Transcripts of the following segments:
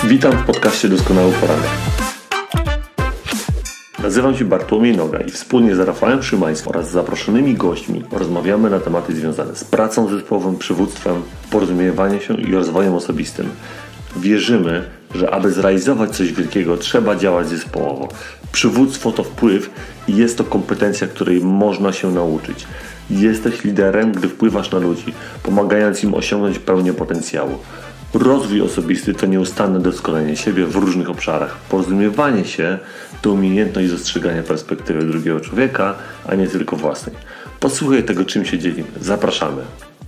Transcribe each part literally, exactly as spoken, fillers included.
Witam w podcaście Doskonały Poranek. Nazywam się Bartłomiej Noga i wspólnie z Rafałem Szymańskim oraz zaproszonymi gośćmi rozmawiamy na tematy związane z pracą zespołową, przywództwem, porozumiewaniem się i rozwojem osobistym. Wierzymy, że aby zrealizować coś wielkiego, trzeba działać zespołowo. Przywództwo to wpływ i jest to kompetencja, której można się nauczyć. Jesteś liderem, gdy wpływasz na ludzi, pomagając im osiągnąć pełnię potencjału. Rozwój osobisty to nieustanne doskonalenie siebie w różnych obszarach. Porozumiewanie się to umiejętność dostrzegania perspektywy drugiego człowieka, a nie tylko własnej. Posłuchaj tego, czym się dzielimy. Zapraszamy.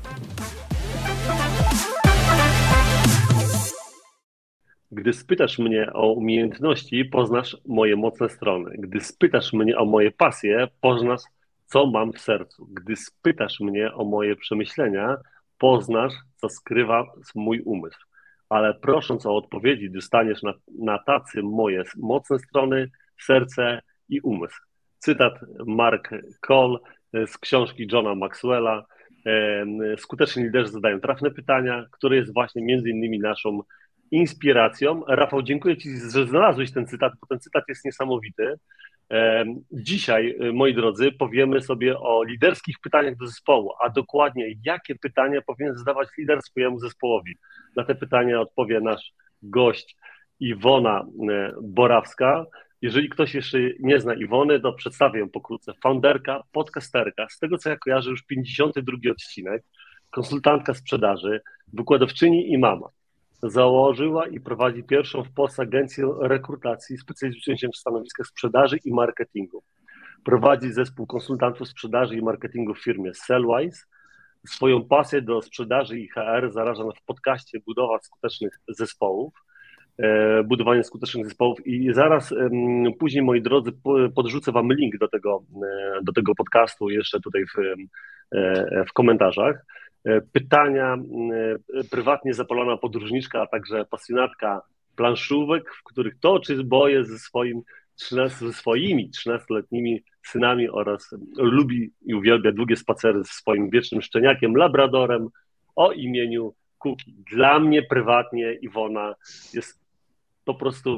Gdy spytasz mnie o umiejętności, poznasz moje mocne strony. Gdy spytasz mnie o moje pasje, poznasz, co mam w sercu. Gdy spytasz mnie o moje przemyślenia, poznasz, co skrywa mój umysł. Ale prosząc o odpowiedzi, dostaniesz na, na tacy moje mocne strony, serce i umysł. Cytat Mark Cole z książki Johna Maxwella. Skuteczni liderzy zadają trafne pytania, które jest właśnie między innymi naszą inspiracją. Rafał, dziękuję Ci, że znalazłeś ten cytat, bo ten cytat jest niesamowity. Dzisiaj, moi drodzy, powiemy sobie o liderskich pytaniach do zespołu, a dokładnie jakie pytania powinien zadawać lider swojemu zespołowi. Na te pytania odpowie nasz gość Iwona Borawska. Jeżeli ktoś jeszcze nie zna Iwony, to przedstawię ją pokrótce. Founderka, podcasterka, z tego co ja kojarzę już pięćdziesiąty drugi odcinek, konsultantka sprzedaży, wykładowczyni i mama. Założyła i prowadzi pierwszą w Polsce agencję rekrutacji, specjalizującą się w stanowiskach sprzedaży i marketingu. Prowadzi zespół konsultantów sprzedaży i marketingu w firmie Sellwise. Swoją pasję do sprzedaży i H R zaraża w podcaście Budowa skutecznych zespołów, budowanie skutecznych zespołów i zaraz później, moi drodzy, podrzucę Wam link do tego, do tego podcastu jeszcze tutaj w, w komentarzach. Pytania, prywatnie zapalona podróżniczka, a także pasjonatka planszówek, w których toczy boje ze, swoim, ze swoimi trzynastoletnimi synami oraz lubi i uwielbia długie spacery ze swoim wiecznym szczeniakiem, labradorem o imieniu Kuki. Dla mnie prywatnie Iwona jest po prostu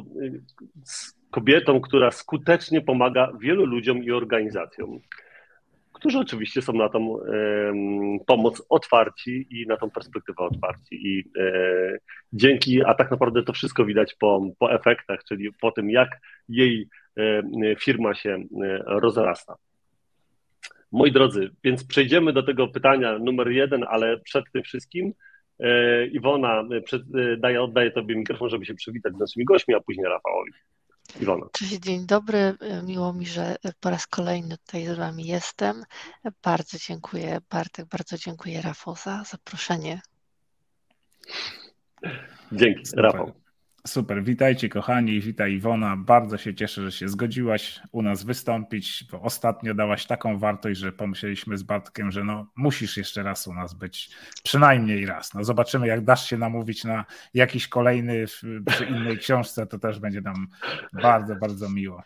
kobietą, która skutecznie pomaga wielu ludziom i organizacjom, którzy oczywiście są na tą e, pomoc otwarci i na tą perspektywę otwarci. I e, dzięki, a tak naprawdę to wszystko widać po, po efektach, czyli po tym, jak jej e, firma się e, rozrasta. Moi drodzy, więc przejdziemy do tego pytania numer jeden, ale przed tym wszystkim e, Iwona, przed, e, daję, oddaję Tobie mikrofon, żeby się przywitać z naszymi gośćmi, a później Rafałowi. Iwona. Cześć, dzień dobry. Miło mi, że po raz kolejny tutaj z Wami jestem. Bardzo dziękuję, Bartek, bardzo dziękuję, Rafał, za zaproszenie. Dzięki, Super. Rafał. Super, witajcie kochani, witaj Iwona. Bardzo się cieszę, że się zgodziłaś u nas wystąpić, bo ostatnio dałaś taką wartość, że pomyśleliśmy z Bartkiem, że no musisz jeszcze raz u nas być, przynajmniej raz. No zobaczymy, jak dasz się namówić na jakiś kolejny przy innej książce, to też będzie nam bardzo, bardzo miło.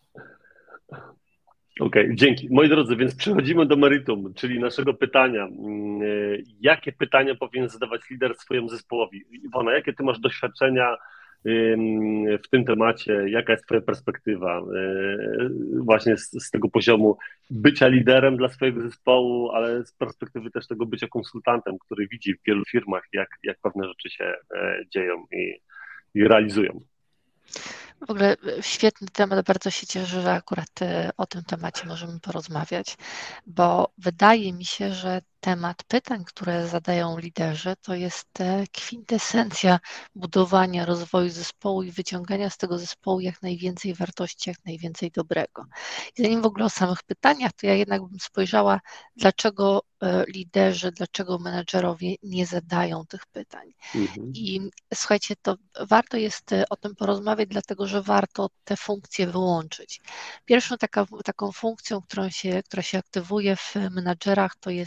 Okej, okay, dzięki. Moi drodzy, więc przechodzimy do meritum, czyli naszego pytania. Jakie pytania powinien zadawać lider swojemu zespołowi? Iwona, jakie ty masz doświadczenia w tym temacie? Jaka jest twoja perspektywa właśnie z, z tego poziomu bycia liderem dla swojego zespołu, ale z perspektywy też tego bycia konsultantem, który widzi w wielu firmach, jak, jak pewne rzeczy się dzieją i, i realizują? W ogóle świetny temat, bardzo się cieszę, że akurat o tym temacie możemy porozmawiać, bo wydaje mi się, że temat pytań, które zadają liderzy, to jest kwintesencja budowania rozwoju zespołu i wyciągania z tego zespołu jak najwięcej wartości, jak najwięcej dobrego. I zanim w ogóle o samych pytaniach, to ja jednak bym spojrzała, dlaczego liderzy, dlaczego menedżerowie nie zadają tych pytań. Mhm. I słuchajcie, to warto jest o tym porozmawiać, dlatego że warto te funkcje wyłączyć. Pierwszą taka, taką funkcją, którą się, która się aktywuje w menedżerach, to jest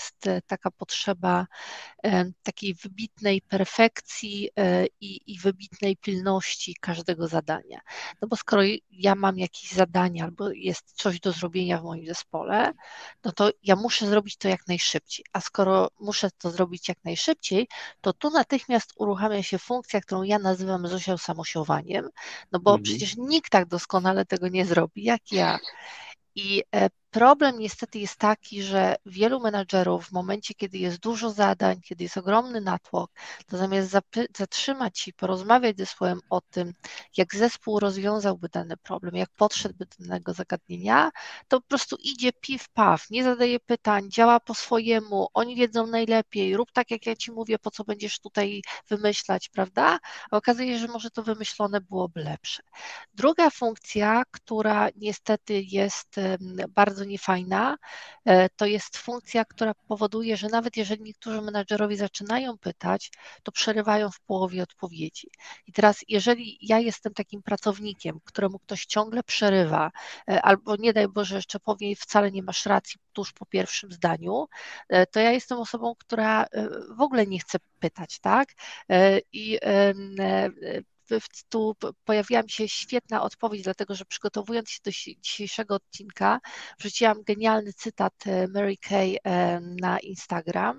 taka potrzeba takiej wybitnej perfekcji i, i wybitnej pilności każdego zadania. No bo skoro ja mam jakieś zadanie albo jest coś do zrobienia w moim zespole, no to ja muszę zrobić to jak najszybciej. A skoro muszę to zrobić jak najszybciej, to tu natychmiast uruchamia się funkcja, którą ja nazywam zosią-samosiowaniem, no bo Mhm. przecież nikt tak doskonale tego nie zrobi jak ja. I problem niestety jest taki, że wielu menadżerów w momencie, kiedy jest dużo zadań, kiedy jest ogromny natłok, to zamiast zatrzymać się i porozmawiać z zespołem o tym, jak zespół rozwiązałby dany problem, jak podszedłby do danego zagadnienia, to po prostu idzie piw paw, nie zadaje pytań, działa po swojemu, oni wiedzą najlepiej, rób tak jak ja ci mówię, po co będziesz tutaj wymyślać, prawda? A okazuje się, że może to wymyślone byłoby lepsze. Druga funkcja, która niestety jest bardzo niefajna, to jest funkcja, która powoduje, że nawet jeżeli niektórzy menadżerowie zaczynają pytać, to przerywają w połowie odpowiedzi. I teraz, jeżeli ja jestem takim pracownikiem, któremu ktoś ciągle przerywa, albo nie daj Boże jeszcze powie, wcale nie masz racji tuż po pierwszym zdaniu, to ja jestem osobą, która w ogóle nie chce pytać, tak? I tu pojawiła mi się świetna odpowiedź, dlatego że przygotowując się do dzisiejszego odcinka, wrzuciłam genialny cytat Mary Kay na Instagram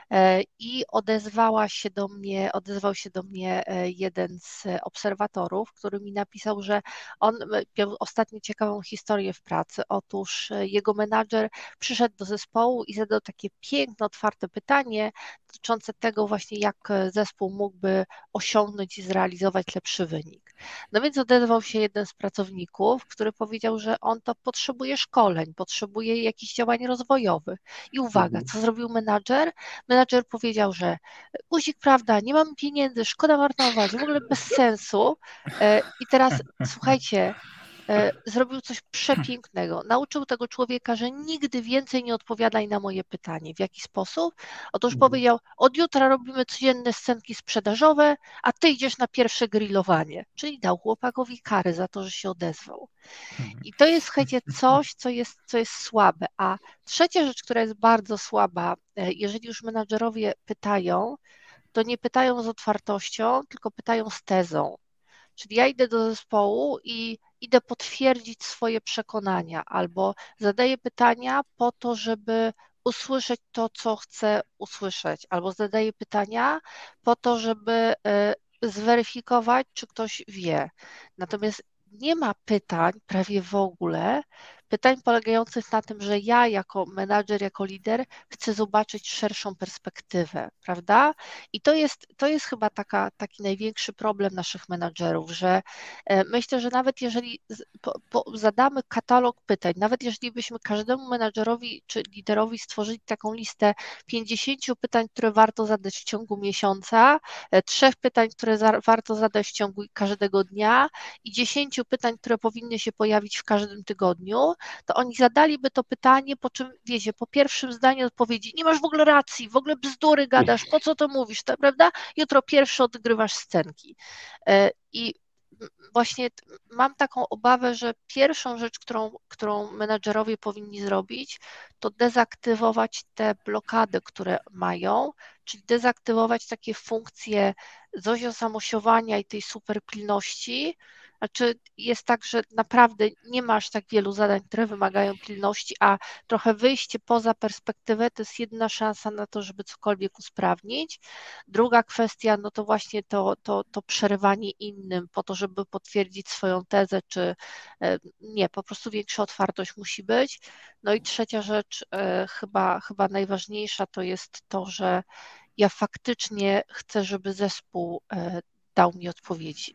i odezwała się do mnie, odezwał się do mnie jeden z obserwatorów, który mi napisał, że on miał ostatnio ciekawą historię w pracy. Otóż jego menadżer przyszedł do zespołu i zadał takie piękne, otwarte pytanie dotyczące tego właśnie, jak zespół mógłby osiągnąć i zrealizować lepszy wynik. No więc odezwał się jeden z pracowników, który powiedział, że on to potrzebuje szkoleń, potrzebuje jakichś działań rozwojowych. I uwaga, co zrobił menadżer? Menadżer powiedział, że guzik, prawda, nie mamy pieniędzy, szkoda marnować, w ogóle bez sensu. I teraz słuchajcie, zrobił coś przepięknego. Nauczył tego człowieka, że nigdy więcej nie odpowiadaj na moje pytanie. W jaki sposób? Otóż powiedział, od jutra robimy codzienne scenki sprzedażowe, a ty idziesz na pierwsze grillowanie. Czyli dał chłopakowi karę za to, że się odezwał. I to jest, słuchajcie, coś, co jest, co jest słabe. A trzecia rzecz, która jest bardzo słaba, jeżeli już menadżerowie pytają, to nie pytają z otwartością, tylko pytają z tezą. Czyli ja idę do zespołu i idę potwierdzić swoje przekonania albo zadaję pytania po to, żeby usłyszeć to, co chcę usłyszeć, albo zadaję pytania po to, żeby zweryfikować, czy ktoś wie. Natomiast nie ma pytań prawie w ogóle, pytań polegających na tym, że ja jako menadżer, jako lider chcę zobaczyć szerszą perspektywę, prawda? I to jest, to jest chyba taka, taki największy problem naszych menadżerów, że myślę, że nawet jeżeli po, po zadamy katalog pytań, nawet jeżeli byśmy każdemu menadżerowi czy liderowi stworzyli taką listę pięćdziesięciu pytań, które warto zadać w ciągu miesiąca, trzech pytań, które za, warto zadać w ciągu każdego dnia i dziesięciu pytań, które powinny się pojawić w każdym tygodniu, to oni zadaliby to pytanie, po czym, wiecie, po pierwszym zdaniu odpowiedzi, nie masz w ogóle racji, w ogóle bzdury gadasz, po co to mówisz, to, prawda? Jutro pierwszy odgrywasz scenki. I właśnie mam taką obawę, że pierwszą rzecz, którą, którą menadżerowie powinni zrobić, to dezaktywować te blokady, które mają, czyli dezaktywować takie funkcje zoziosamosiowania i tej superpilności. Znaczy jest tak, że naprawdę nie masz tak wielu zadań, które wymagają pilności, a trochę wyjście poza perspektywę to jest jedna szansa na to, żeby cokolwiek usprawnić. Druga kwestia, no to właśnie to, to, to przerywanie innym po to, żeby potwierdzić swoją tezę, czy nie, po prostu większa otwartość musi być. No i trzecia rzecz, chyba, chyba najważniejsza, to jest to, że ja faktycznie chcę, żeby zespół dał mi odpowiedzi.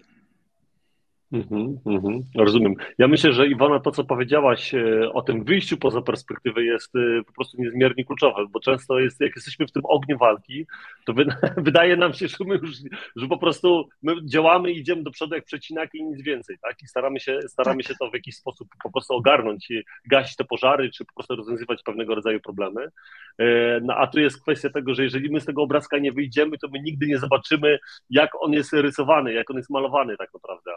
Mhm, mhm, rozumiem. Ja myślę, że Iwona, to co powiedziałaś e, o tym wyjściu poza perspektywę jest e, po prostu niezmiernie kluczowe, bo często jest, jak jesteśmy w tym ogniu walki, to wy, wydaje nam się, że my już, że po prostu my działamy i idziemy do przodu jak przecinaki i nic więcej, tak? I staramy się, staramy Tak. się to w jakiś sposób po prostu ogarnąć, i gasić te pożary, czy po prostu rozwiązywać pewnego rodzaju problemy. E, no a tu jest kwestia tego, że jeżeli my z tego obrazka nie wyjdziemy, to my nigdy nie zobaczymy, jak on jest rysowany, jak on jest malowany tak naprawdę, nie? I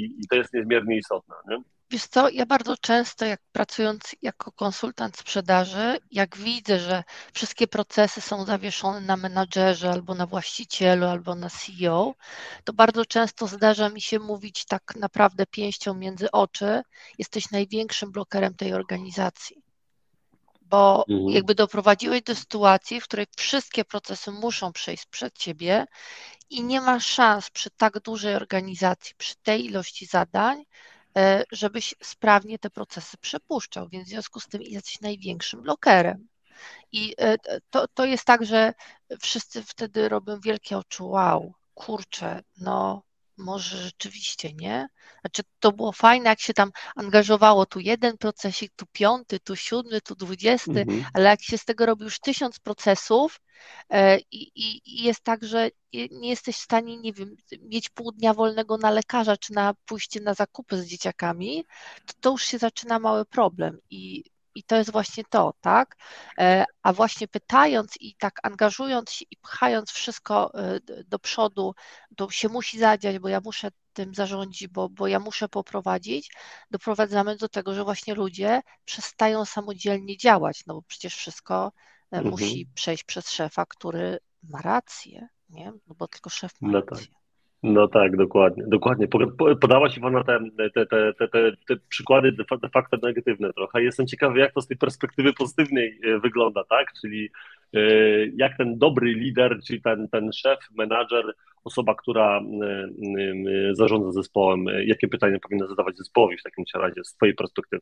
i to jest niezmiernie istotne. Nie? Wiesz co, ja bardzo często, jak pracując jako konsultant sprzedaży, jak widzę, że wszystkie procesy są zawieszone na menadżerze, albo na właścicielu, albo na C E O, to bardzo często zdarza mi się mówić tak naprawdę pięścią między oczy, jesteś największym blokerem tej organizacji, bo Mhm. jakby doprowadziłeś do sytuacji, w której wszystkie procesy muszą przejść przed ciebie i nie ma szans przy tak dużej organizacji, przy tej ilości zadań, żebyś sprawnie te procesy przepuszczał, więc w związku z tym jesteś największym blokerem. I to, to jest tak, że wszyscy wtedy robią wielkie oczy, wow, kurczę, no może rzeczywiście, nie? Znaczy to było fajne, jak się tam angażowało, tu jeden procesik, tu piąty, tu siódmy, tu dwudziesty, Mhm. ale jak się z tego robi już tysiąc procesów i, i, i jest tak, że nie jesteś w stanie, nie wiem, mieć pół dnia wolnego na lekarza, czy na pójście na zakupy z dzieciakami, to, to już się zaczyna mały problem i I to jest właśnie to, tak? A właśnie pytając i tak angażując się i pchając wszystko do przodu, to się musi zadziać, bo ja muszę tym zarządzić, bo, bo ja muszę poprowadzić, doprowadzamy do tego, że właśnie ludzie przestają samodzielnie działać, no bo przecież wszystko Mhm. musi przejść przez szefa, który ma rację, nie? No bo tylko szef ma No tak. rację. No tak, dokładnie. Dokładnie. Po- po- Podałaś Iwona te, te, te, te, te, te przykłady de fa- de facto negatywne trochę. Jestem ciekawy, jak to z tej perspektywy pozytywnej e, wygląda, tak? Czyli e, jak ten dobry lider, czyli ten, ten szef, menadżer, osoba, która e, e, zarządza zespołem, e, jakie pytania powinna zadawać zespołowi w takim razie z twojej perspektywy?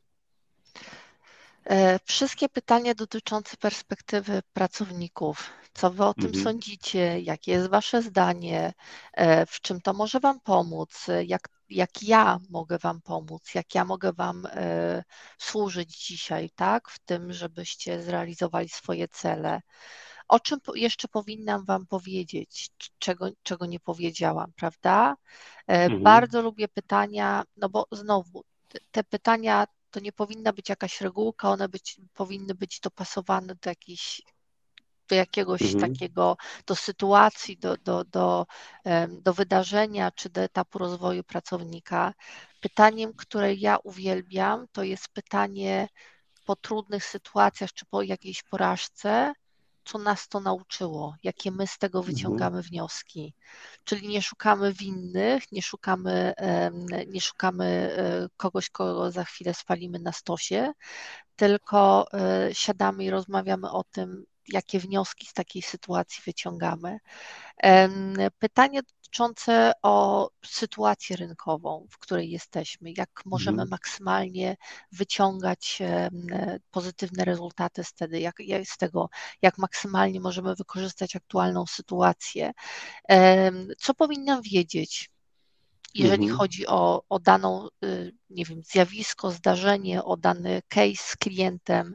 Wszystkie pytania dotyczące perspektywy pracowników. Co wy o tym Mhm. sądzicie? Jakie jest wasze zdanie? W czym to może wam pomóc? Jak, jak ja mogę wam pomóc? Jak ja mogę wam e, służyć dzisiaj, tak? W tym, żebyście zrealizowali swoje cele. O czym po- jeszcze powinnam wam powiedzieć, c- czego, czego nie powiedziałam, prawda? E, Mhm. Bardzo lubię pytania, no bo znowu, te, te pytania to nie powinna być jakaś regułka, one być, powinny być dopasowane do jakiejś, do jakiegoś Mhm. takiego, do sytuacji, do, do, do, em, do wydarzenia czy do etapu rozwoju pracownika. Pytaniem, które ja uwielbiam, to jest pytanie po trudnych sytuacjach czy po jakiejś porażce, co nas to nauczyło, jakie my z tego Mhm. wyciągamy wnioski. Czyli nie szukamy winnych, nie szukamy, em, nie szukamy e, kogoś, kogo za chwilę spalimy na stosie, tylko e, siadamy i rozmawiamy o tym, jakie wnioski z takiej sytuacji wyciągamy. Em, Pytanie dotyczące o sytuację rynkową, w której jesteśmy, jak możemy Mhm. maksymalnie wyciągać em, pozytywne rezultaty z tego, jak, jak- z tego, jak maksymalnie możemy wykorzystać aktualną sytuację. Em, Co powinnam wiedzieć, jeżeli Mhm. chodzi o, o daną, y, nie wiem, zjawisko, zdarzenie, o dany case z klientem?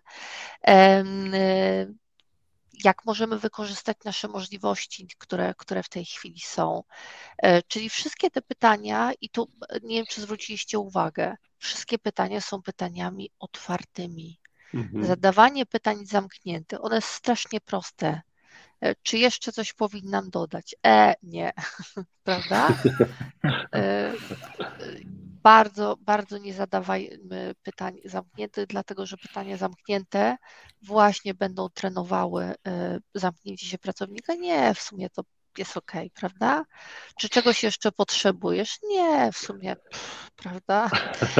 Em, y, Jak możemy wykorzystać nasze możliwości, które, które w tej chwili są. E, Czyli wszystkie te pytania, i tu e, nie wiem, czy zwróciliście uwagę, wszystkie pytania są pytaniami otwartymi. Mhm. Zadawanie pytań zamkniętych, one jest strasznie proste. E, Czy jeszcze coś powinnam dodać? E, nie, prawda? E, Bardzo, bardzo nie zadawajmy pytań zamkniętych, dlatego że pytania zamknięte właśnie będą trenowały e, zamknięcie się pracownika. Nie, w sumie to jest ok, prawda? Czy czegoś jeszcze potrzebujesz? Nie, w sumie, pff, prawda?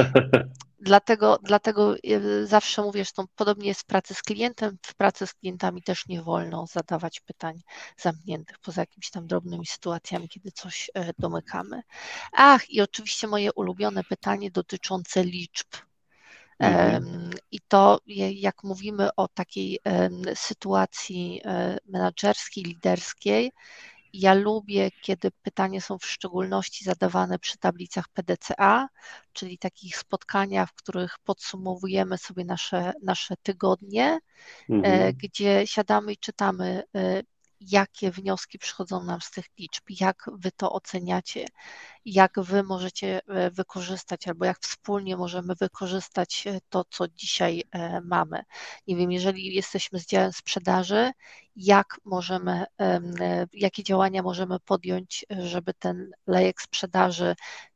Dlatego, dlatego e, zawsze mówię, że to podobnie jest w pracy z klientem. W pracy z klientami też nie wolno zadawać pytań zamkniętych, poza jakimiś tam drobnymi sytuacjami, kiedy coś e, domykamy. Ach, i oczywiście moje ulubione pytanie dotyczące liczb. Mhm. Em, I to, je- jak mówimy o takiej em, sytuacji e, menedżerskiej, liderskiej, ja lubię, kiedy pytania są w szczególności zadawane przy tablicach P D C A, czyli takich spotkaniach, w których podsumowujemy sobie nasze, nasze tygodnie, e, Mhm. gdzie siadamy i czytamy, e, jakie wnioski przychodzą nam z tych liczb, jak wy to oceniacie, jak wy możecie e, wykorzystać, albo jak wspólnie możemy wykorzystać e, to, co dzisiaj e, mamy. Nie wiem, jeżeli jesteśmy z działem sprzedaży, jak możemy, em, e, jakie działania możemy podjąć, e, żeby ten lejek sprzedaży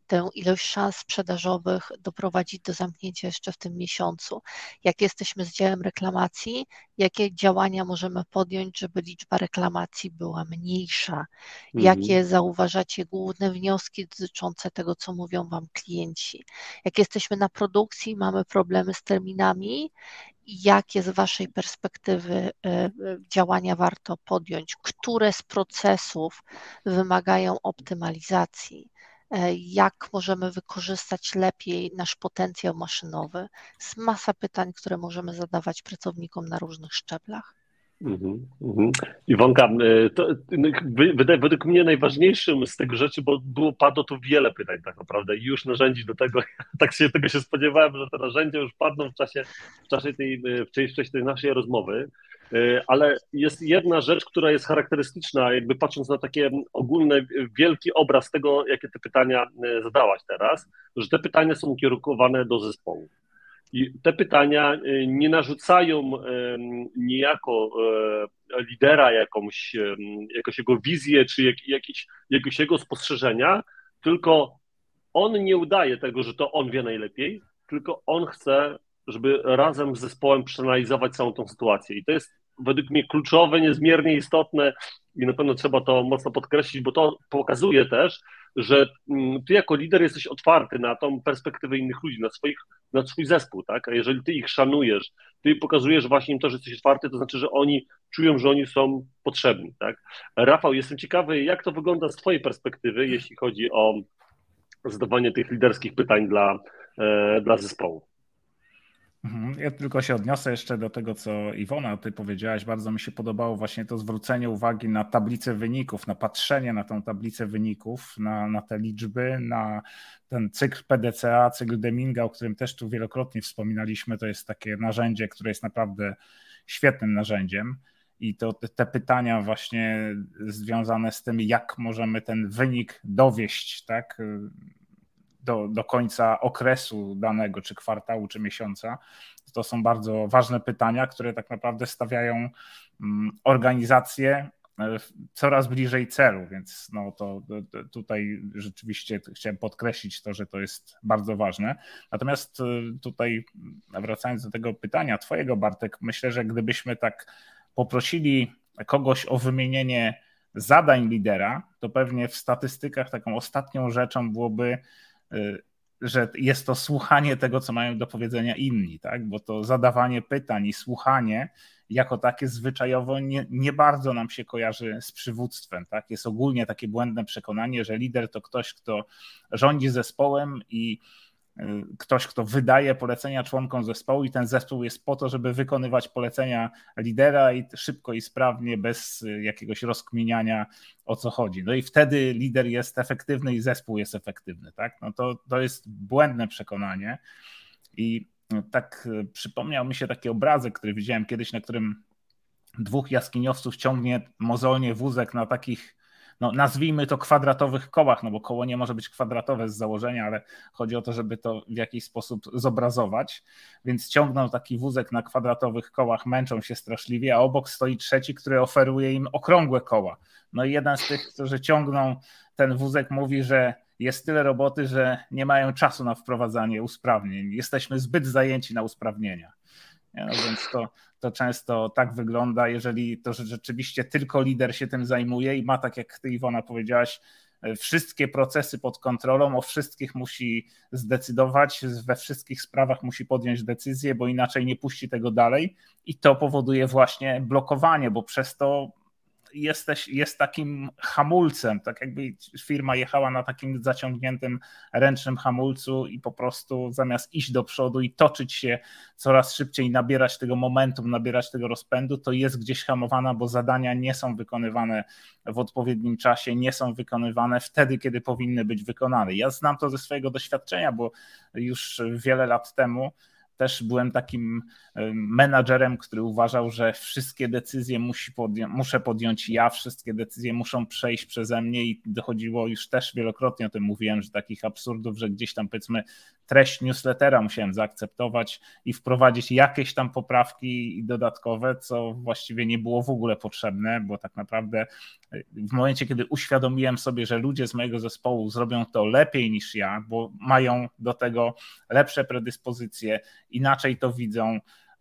tę ilość szans sprzedażowych doprowadzić do zamknięcia jeszcze w tym miesiącu? Jak jesteśmy z działem reklamacji, jakie działania możemy podjąć, żeby liczba reklamacji była mniejsza? Jakie Mhm. zauważacie główne wnioski dotyczące tego, co mówią Wam klienci? Jak jesteśmy na produkcji, mamy problemy z terminami, jakie z Waszej perspektywy działania warto podjąć? Które z procesów wymagają optymalizacji? Jak możemy wykorzystać lepiej nasz potencjał maszynowy? Jest masa pytań, które możemy zadawać pracownikom na różnych szczeblach. Mhm, mhm. Iwonka, to, wydaje, według mnie najważniejszym z tych rzeczy, bo było, padło tu wiele pytań tak naprawdę i już narzędzi do tego, tak się tego się spodziewałem, że te narzędzia już padną w czasie, w czasie tej, w czasie tej naszej rozmowy, ale jest jedna rzecz, która jest charakterystyczna, jakby patrząc na takie ogólny, wielki obraz tego, jakie te pytania zadałaś teraz, że te pytania są ukierunkowane do zespołu. I te pytania nie narzucają niejako lidera jakąś, jakąś jego wizję czy jak, jakiś, jakiegoś jego spostrzeżenia, tylko on nie udaje tego, że to on wie najlepiej, tylko on chce, żeby razem z zespołem przeanalizować całą tą sytuację. I to jest według mnie kluczowe, niezmiernie istotne i na pewno trzeba to mocno podkreślić, bo to pokazuje też, że ty jako lider jesteś otwarty na tą perspektywę innych ludzi, na, swoich, na swój zespół, tak? A jeżeli ty ich szanujesz, ty pokazujesz właśnie im to, że jesteś otwarty, to znaczy, że oni czują, że oni są potrzebni, tak? Rafał, jestem ciekawy, jak to wygląda z twojej perspektywy, jeśli chodzi o zadawanie tych liderskich pytań dla, e, dla zespołu. Ja tylko się odniosę jeszcze do tego, co Iwona, ty powiedziałaś. Bardzo mi się podobało właśnie to zwrócenie uwagi na tablicę wyników, na patrzenie na tą tablicę wyników, na, na te liczby, na ten cykl P D C A, cykl Deminga, o którym też tu wielokrotnie wspominaliśmy. To jest takie narzędzie, które jest naprawdę świetnym narzędziem. I to te pytania właśnie związane z tym, jak możemy ten wynik dowieść, tak, do, do końca okresu danego, czy kwartału, czy miesiąca. To są bardzo ważne pytania, które tak naprawdę stawiają organizację coraz bliżej celu, więc no to, to tutaj rzeczywiście chciałem podkreślić to, że to jest bardzo ważne. Natomiast tutaj wracając do tego pytania twojego, Bartek, myślę, że gdybyśmy tak poprosili kogoś o wymienienie zadań lidera, to pewnie w statystykach taką ostatnią rzeczą byłoby, że jest to słuchanie tego, co mają do powiedzenia inni, tak? Bo to zadawanie pytań i słuchanie jako takie zwyczajowo nie, nie bardzo nam się kojarzy z przywództwem. Tak? Jest ogólnie takie błędne przekonanie, że lider to ktoś, kto rządzi zespołem i ktoś, kto wydaje polecenia członkom zespołu i ten zespół jest po to, żeby wykonywać polecenia lidera i szybko i sprawnie, bez jakiegoś rozkminiania, o co chodzi. No i wtedy lider jest efektywny i zespół jest efektywny. Tak? No to, to jest błędne przekonanie i tak przypomniał mi się taki obrazek, który widziałem kiedyś, na którym dwóch jaskiniowców ciągnie mozolnie wózek na takich, no nazwijmy to kwadratowych kołach, no bo koło nie może być kwadratowe z założenia, ale chodzi o to, żeby to w jakiś sposób zobrazować, więc ciągną taki wózek na kwadratowych kołach, męczą się straszliwie, a obok stoi trzeci, który oferuje im okrągłe koła. No i jeden z tych, którzy ciągną ten wózek, mówi, że jest tyle roboty, że nie mają czasu na wprowadzanie usprawnień. Jesteśmy zbyt zajęci na usprawnienia. No więc to, to często tak wygląda, jeżeli to że rzeczywiście tylko lider się tym zajmuje i ma, tak jak ty, Iwona, powiedziałaś, wszystkie procesy pod kontrolą, o wszystkich musi zdecydować, we wszystkich sprawach musi podjąć decyzję, bo inaczej nie puści tego dalej i to powoduje właśnie blokowanie, bo przez to Jesteś, jest takim hamulcem, tak jakby firma jechała na takim zaciągniętym ręcznym hamulcu i po prostu zamiast iść do przodu i toczyć się coraz szybciej, nabierać tego momentum, nabierać tego rozpędu, to jest gdzieś hamowana, bo zadania nie są wykonywane w odpowiednim czasie, nie są wykonywane wtedy, kiedy powinny być wykonane. Ja znam to ze swojego doświadczenia, bo już wiele lat temu też byłem takim menadżerem, który uważał, że wszystkie decyzje musi podją- muszę podjąć ja, wszystkie decyzje muszą przejść przeze mnie i dochodziło, już też wielokrotnie o tym mówiłem, że takich absurdów, że gdzieś tam powiedzmy treść newslettera musiałem zaakceptować i wprowadzić jakieś tam poprawki dodatkowe, co właściwie nie było w ogóle potrzebne, bo tak naprawdę w momencie, kiedy uświadomiłem sobie, że ludzie z mojego zespołu zrobią to lepiej niż ja, bo mają do tego lepsze predyspozycje, inaczej to widzą,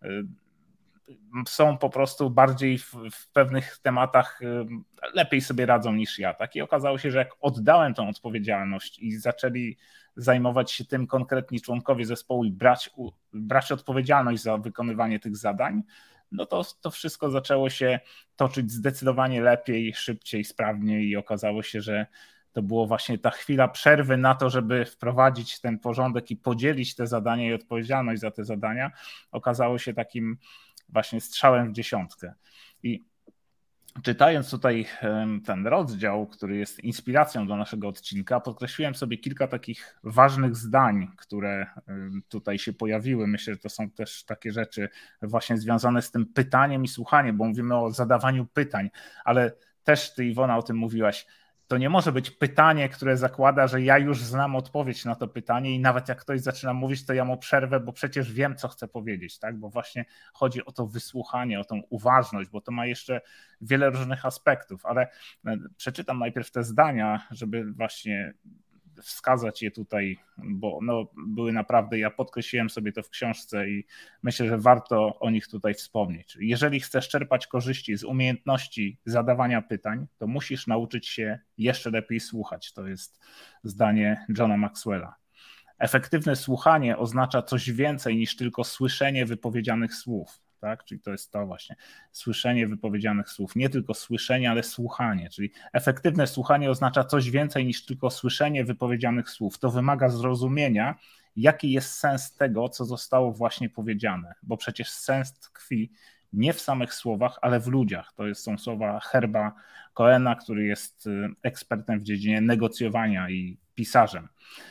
są po prostu bardziej w, w pewnych tematach lepiej sobie radzą niż ja. Tak? I okazało się, że jak oddałem tą odpowiedzialność i zaczęli zajmować się tym konkretni członkowie zespołu i brać, brać odpowiedzialność za wykonywanie tych zadań, no to, to wszystko zaczęło się toczyć zdecydowanie lepiej, szybciej, sprawniej i okazało się, że to było właśnie ta chwila przerwy na to, żeby wprowadzić ten porządek i podzielić te zadania i odpowiedzialność za te zadania, okazało się takim właśnie strzałem w dziesiątkę. I czytając tutaj ten rozdział, który jest inspiracją do naszego odcinka, podkreśliłem sobie kilka takich ważnych zdań, które tutaj się pojawiły. Myślę, że to są też takie rzeczy właśnie związane z tym pytaniem i słuchaniem, bo mówimy o zadawaniu pytań, ale też ty, Iwona, o tym mówiłaś. To nie może być pytanie, które zakłada, że ja już znam odpowiedź na to pytanie i nawet jak ktoś zaczyna mówić, to ja mu przerwę, bo przecież wiem, co chcę powiedzieć, tak? Bo właśnie chodzi o to wysłuchanie, o tą uważność, bo to ma jeszcze wiele różnych aspektów, ale przeczytam najpierw te zdania, żeby właśnie wskazać je tutaj, bo no, były naprawdę, ja podkreśliłem sobie to w książce i myślę, że warto o nich tutaj wspomnieć. Czyli jeżeli chcesz czerpać korzyści z umiejętności zadawania pytań, to musisz nauczyć się jeszcze lepiej słuchać. To jest zdanie Johna Maxwella. Efektywne słuchanie oznacza coś więcej niż tylko słyszenie wypowiedzianych słów. Tak? Czyli to jest to właśnie, słyszenie wypowiedzianych słów. Nie tylko słyszenie, ale słuchanie. Czyli efektywne słuchanie oznacza coś więcej niż tylko słyszenie wypowiedzianych słów. To wymaga zrozumienia, jaki jest sens tego, co zostało właśnie powiedziane. Bo przecież sens tkwi nie w samych słowach, ale w ludziach. To jest, są słowa Herba Cohena, który jest ekspertem w dziedzinie negocjowania i pisarzem.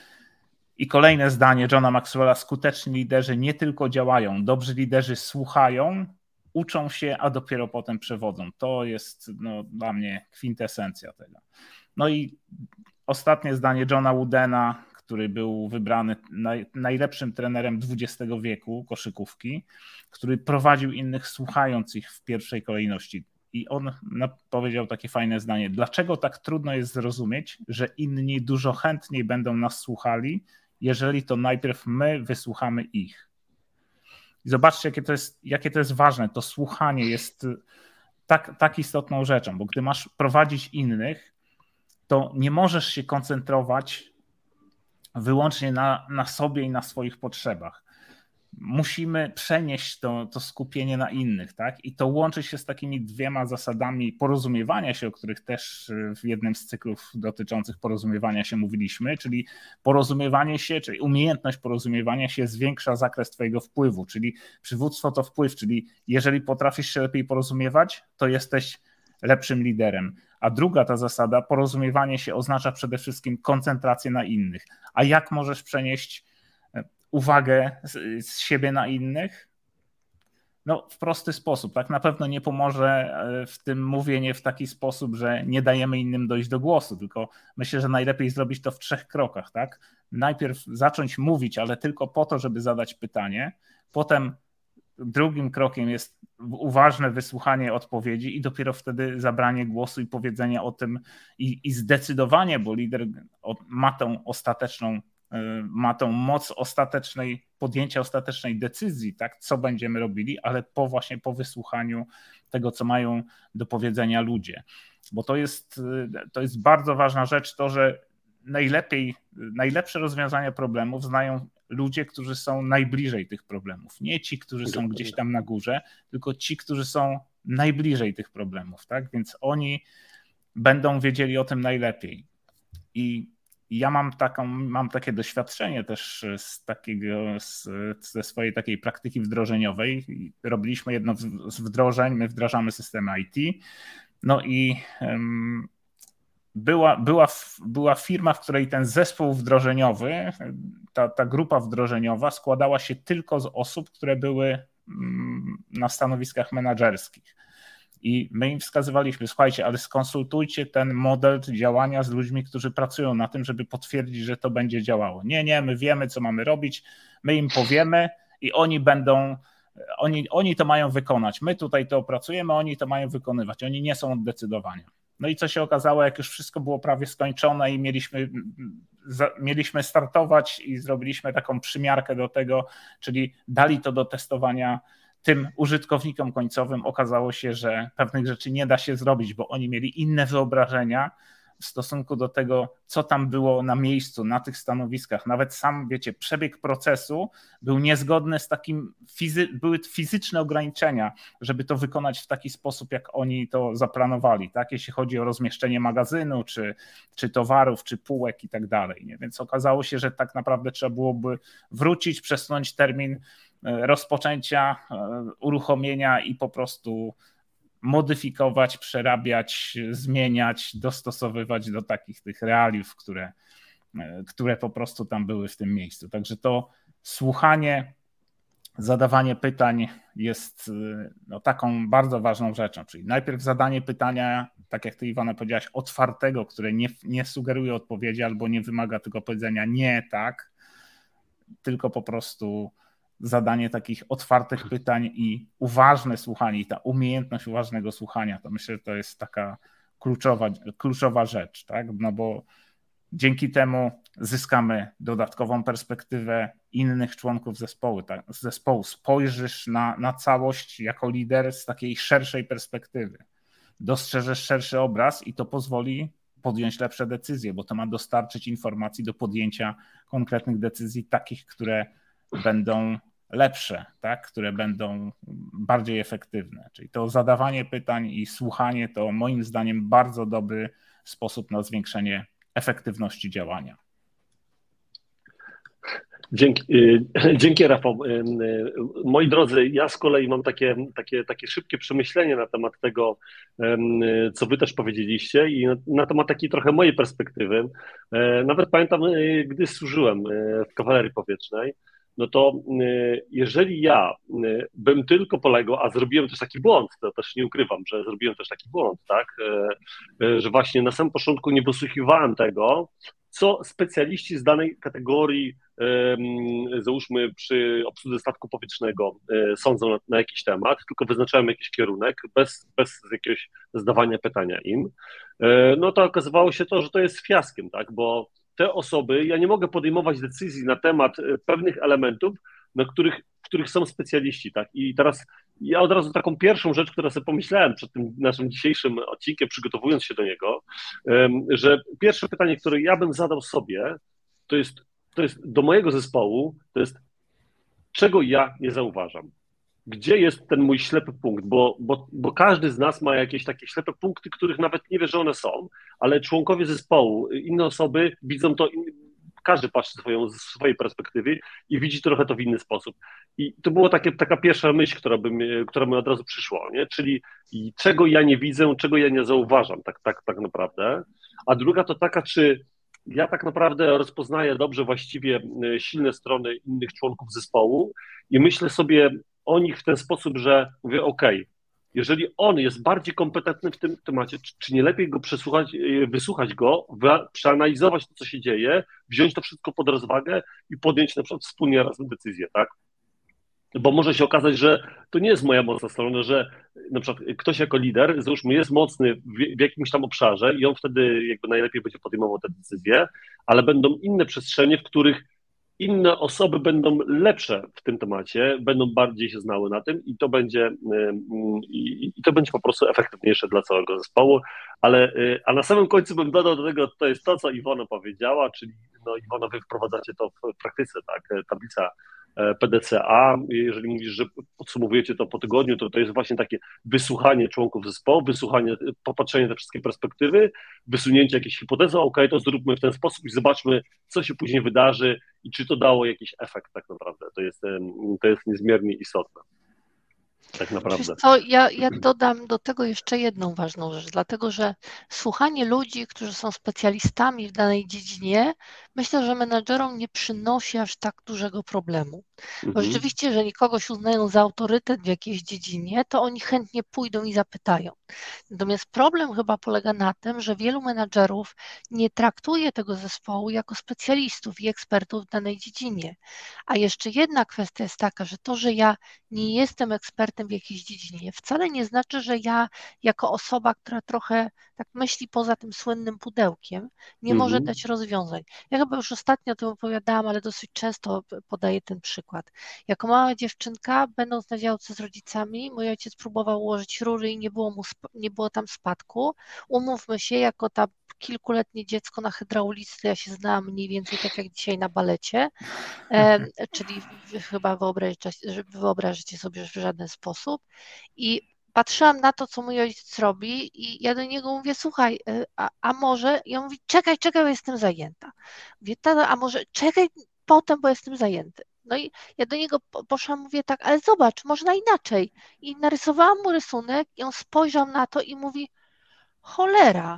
I kolejne zdanie Johna Maxwella: skuteczni liderzy nie tylko działają, dobrzy liderzy słuchają, uczą się, a dopiero potem przewodzą. To jest no, dla mnie kwintesencja tego. No i ostatnie zdanie Johna Woodena, który był wybrany naj, najlepszym trenerem dwudziestego wieku koszykówki, który prowadził innych słuchając ich w pierwszej kolejności. I on powiedział takie fajne zdanie: dlaczego tak trudno jest zrozumieć, że inni dużo chętniej będą nas słuchali, jeżeli to najpierw my wysłuchamy ich. I zobaczcie, jakie to jest, jakie to jest ważne. To słuchanie jest tak, tak istotną rzeczą, bo gdy masz prowadzić innych, to nie możesz się koncentrować wyłącznie na, na sobie i na swoich potrzebach. Musimy przenieść to, to skupienie na innych, tak? I to łączy się z takimi dwiema zasadami porozumiewania się, o których też w jednym z cyklów dotyczących porozumiewania się mówiliśmy, czyli porozumiewanie się, czyli umiejętność porozumiewania się zwiększa zakres twojego wpływu, czyli przywództwo to wpływ, czyli jeżeli potrafisz się lepiej porozumiewać, to jesteś lepszym liderem. A druga ta zasada, porozumiewanie się oznacza przede wszystkim koncentrację na innych. A jak możesz przenieść uwagę z, z siebie na innych? No w prosty sposób, tak? Na pewno nie pomoże w tym mówienie w taki sposób, że nie dajemy innym dojść do głosu, tylko myślę, że najlepiej zrobić to w trzech krokach, tak? Najpierw zacząć mówić, ale tylko po to, żeby zadać pytanie, potem drugim krokiem jest uważne wysłuchanie odpowiedzi i dopiero wtedy zabranie głosu i powiedzenie o tym i, i zdecydowanie, bo lider ma tą ostateczną ma tą moc ostatecznej, podjęcia ostatecznej decyzji, tak, co będziemy robili, ale po właśnie po wysłuchaniu tego, co mają do powiedzenia ludzie. Bo to jest, to jest bardzo ważna rzecz, to, że najlepiej, najlepsze rozwiązania problemów znają ludzie, którzy są najbliżej tych problemów. Nie ci, którzy są gdzieś tam na górze, tylko ci, którzy są najbliżej tych problemów, tak? Więc oni będą wiedzieli o tym najlepiej. I ja mam taką, mam takie doświadczenie też z takiego, z, ze swojej takiej praktyki wdrożeniowej. Robiliśmy jedno z wdrożeń, my wdrażamy systemy I T. No i um, była, była, była firma, w której ten zespół wdrożeniowy, ta, ta grupa wdrożeniowa składała się tylko z osób, które były um, na stanowiskach menedżerskich. I my im wskazywaliśmy, słuchajcie, ale skonsultujcie ten model działania z ludźmi, którzy pracują na tym, żeby potwierdzić, że to będzie działało. Nie, nie, my wiemy, co mamy robić, my im powiemy i oni będą, oni, oni to mają wykonać. My tutaj to opracujemy, oni to mają wykonywać. Oni nie są od decydowania. No i co się okazało, jak już wszystko było prawie skończone i mieliśmy, mieliśmy startować i zrobiliśmy taką przymiarkę do tego, czyli dali to do testowania tym użytkownikom końcowym, okazało się, że pewnych rzeczy nie da się zrobić, bo oni mieli inne wyobrażenia w stosunku do tego, co tam było na miejscu, na tych stanowiskach. Nawet sam, wiecie, przebieg procesu był niezgodny z takim, fizy- były fizyczne ograniczenia, żeby to wykonać w taki sposób, jak oni to zaplanowali, tak? Jeśli chodzi o rozmieszczenie magazynu, czy, czy towarów, czy półek i tak dalej. Nie? Więc okazało się, że tak naprawdę trzeba byłoby wrócić, przesunąć termin rozpoczęcia, uruchomienia i po prostu modyfikować, przerabiać, zmieniać, dostosowywać do takich tych realiów, które, które po prostu tam były w tym miejscu. Także to słuchanie, zadawanie pytań jest no, taką bardzo ważną rzeczą. Czyli najpierw zadanie pytania, tak jak ty, Iwona, powiedziałaś, otwartego, które nie, nie sugeruje odpowiedzi albo nie wymaga tylko powiedzenia nie, tak, tylko po prostu zadanie takich otwartych pytań i uważne słuchanie, i ta umiejętność uważnego słuchania, to myślę, że to jest taka kluczowa, kluczowa rzecz, tak? No bo dzięki temu zyskamy dodatkową perspektywę innych członków zespołu. Tak? zespołu. Spojrzysz na, na całość jako lider z takiej szerszej perspektywy. Dostrzeżesz szerszy obraz i to pozwoli podjąć lepsze decyzje, bo to ma dostarczyć informacji do podjęcia konkretnych decyzji, takich, które będą lepsze, tak? Które będą bardziej efektywne. Czyli to zadawanie pytań i słuchanie to moim zdaniem bardzo dobry sposób na zwiększenie efektywności działania. Dzięki, dzięki Rafał. Moi drodzy, ja z kolei mam takie, takie, takie szybkie przemyślenie na temat tego, co wy też powiedzieliście i na, na temat takiej trochę mojej perspektywy. Nawet pamiętam, gdy służyłem w kawalerii powietrznej, no to jeżeli ja bym tylko poległ, a zrobiłem też taki błąd, to też nie ukrywam, że zrobiłem też taki błąd, tak, że właśnie na samym początku nie wysłuchiwałem tego, co specjaliści z danej kategorii, załóżmy przy obsłudze statku powietrznego, sądzą na, na jakiś temat, tylko wyznaczałem jakiś kierunek bez, bez jakiegoś zadawania pytania im, no to okazywało się to, że to jest fiaskiem, tak, bo te osoby, ja nie mogę podejmować decyzji na temat pewnych elementów, na których, w których są specjaliści, tak? I teraz ja od razu taką pierwszą rzecz, którą sobie pomyślałem przed tym naszym dzisiejszym odcinkiem, przygotowując się do niego, że pierwsze pytanie, które ja bym zadał sobie, to jest, to jest do mojego zespołu, to jest czego ja nie zauważam. Gdzie jest ten mój ślepy punkt, bo, bo, bo każdy z nas ma jakieś takie ślepe punkty, których nawet nie wie, że one są, ale członkowie zespołu, inne osoby widzą to, każdy patrzy swoją, z swojej perspektywy i widzi trochę to w inny sposób. I to była takie, taka pierwsza myśl, która, by mi, która mi od razu przyszła, nie? Czyli czego ja nie widzę, czego ja nie zauważam tak, tak, tak naprawdę. A druga to taka, czy ja tak naprawdę rozpoznaję dobrze właściwie silne strony innych członków zespołu i myślę sobie o nich w ten sposób, że mówię, ok, jeżeli on jest bardziej kompetentny w tym temacie, czy, czy nie lepiej go przesłuchać, wysłuchać go, przeanalizować to, co się dzieje, wziąć to wszystko pod rozwagę i podjąć na przykład wspólnie razem decyzję, tak? Bo może się okazać, że to nie jest moja mocna strona, że na przykład ktoś jako lider, załóżmy, jest mocny w, w jakimś tam obszarze i on wtedy jakby najlepiej będzie podejmował te decyzje, ale będą inne przestrzenie, w których inne osoby będą lepsze w tym temacie, będą bardziej się znały na tym i to będzie, i, i to będzie po prostu efektywniejsze dla całego zespołu, ale a na samym końcu bym dodał do tego, to jest to, co Iwona powiedziała, czyli no Iwona, wy wprowadzacie to w praktyce, tak, tablica P D C A, jeżeli mówisz, że podsumowujecie to po tygodniu, to to jest właśnie takie wysłuchanie członków zespołu, wysłuchanie, popatrzenie na wszystkie perspektywy, wysunięcie jakiejś hipotezy, ok, to zróbmy w ten sposób i zobaczmy, co się później wydarzy i czy to dało jakiś efekt tak naprawdę. To jest, to jest niezmiernie istotne. tak Wiesz naprawdę. co, ja, ja dodam do tego jeszcze jedną ważną rzecz, dlatego że słuchanie ludzi, którzy są specjalistami w danej dziedzinie, myślę, że menadżerom nie przynosi aż tak dużego problemu. Bo Mhm. rzeczywiście, jeżeli kogoś uznają za autorytet w jakiejś dziedzinie, to oni chętnie pójdą i zapytają. Natomiast problem chyba polega na tym, że wielu menadżerów nie traktuje tego zespołu jako specjalistów i ekspertów w danej dziedzinie. A jeszcze jedna kwestia jest taka, że to, że ja nie jestem ekspertem w jakiejś dziedzinie, wcale nie znaczy, że ja jako osoba, która trochę tak myśli poza tym słynnym pudełkiem, nie może Mhm. dać rozwiązań. Ja chyba już ostatnio o tym opowiadałam, ale dosyć często podaję ten przykład. Jako mała dziewczynka, będąc na działce z rodzicami, mój ojciec próbował ułożyć rury i nie było, mu, nie było tam spadku. Umówmy się, jako ta kilkuletnie dziecko na hydraulice, ja się znałam mniej więcej tak jak dzisiaj na balecie, e, czyli wy chyba wyobraźcie, wyobraźcie sobie, że w żaden sposób. I patrzyłam na to, co mój ojciec robi i ja do niego mówię, słuchaj, a, a może, i on mówi, czekaj, czekaj, bo jestem zajęta. Mówię, tata, a może czekaj potem, bo jestem zajęty. No i ja do niego poszłam, mówię tak, ale zobacz, można inaczej. I narysowałam mu rysunek i on spojrzał na to i mówi, cholera.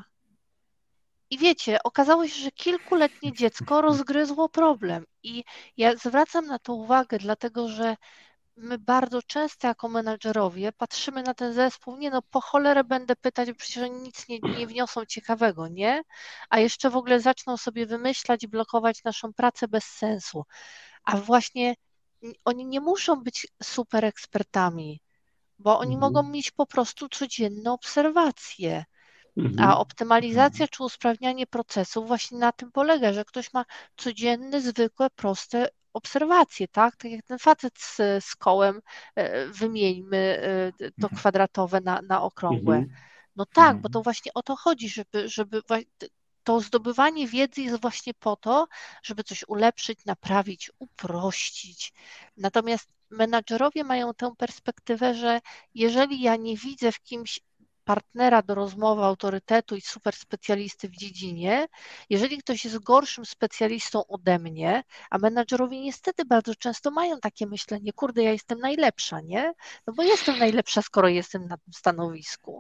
I wiecie, okazało się, że kilkuletnie dziecko rozgryzło problem. I ja zwracam na to uwagę, dlatego że my bardzo często jako menadżerowie patrzymy na ten zespół, nie no, po cholerę będę pytać, bo przecież oni nic nie, nie wniosą ciekawego, nie? A jeszcze w ogóle zaczną sobie wymyślać i blokować naszą pracę bez sensu. A właśnie oni nie muszą być super ekspertami, bo oni mogą Mhm. mieć po prostu codzienne obserwacje. Mhm. A optymalizacja czy usprawnianie procesów właśnie na tym polega, że ktoś ma codzienne, zwykłe, proste obserwacje, tak? Tak jak ten facet z, z kołem, e, wymieńmy e, to kwadratowe na, na okrągłe. Mhm. No tak, bo to właśnie o to chodzi, żeby, żeby wa- to zdobywanie wiedzy jest właśnie po to, żeby coś ulepszyć, naprawić, uprościć. Natomiast menadżerowie mają tę perspektywę, że jeżeli ja nie widzę w kimś partnera do rozmowy, autorytetu i super specjalisty w dziedzinie, jeżeli ktoś jest gorszym specjalistą ode mnie, a menadżerowie niestety bardzo często mają takie myślenie, kurde, ja jestem najlepsza, nie? No bo jestem najlepsza, skoro jestem na tym stanowisku.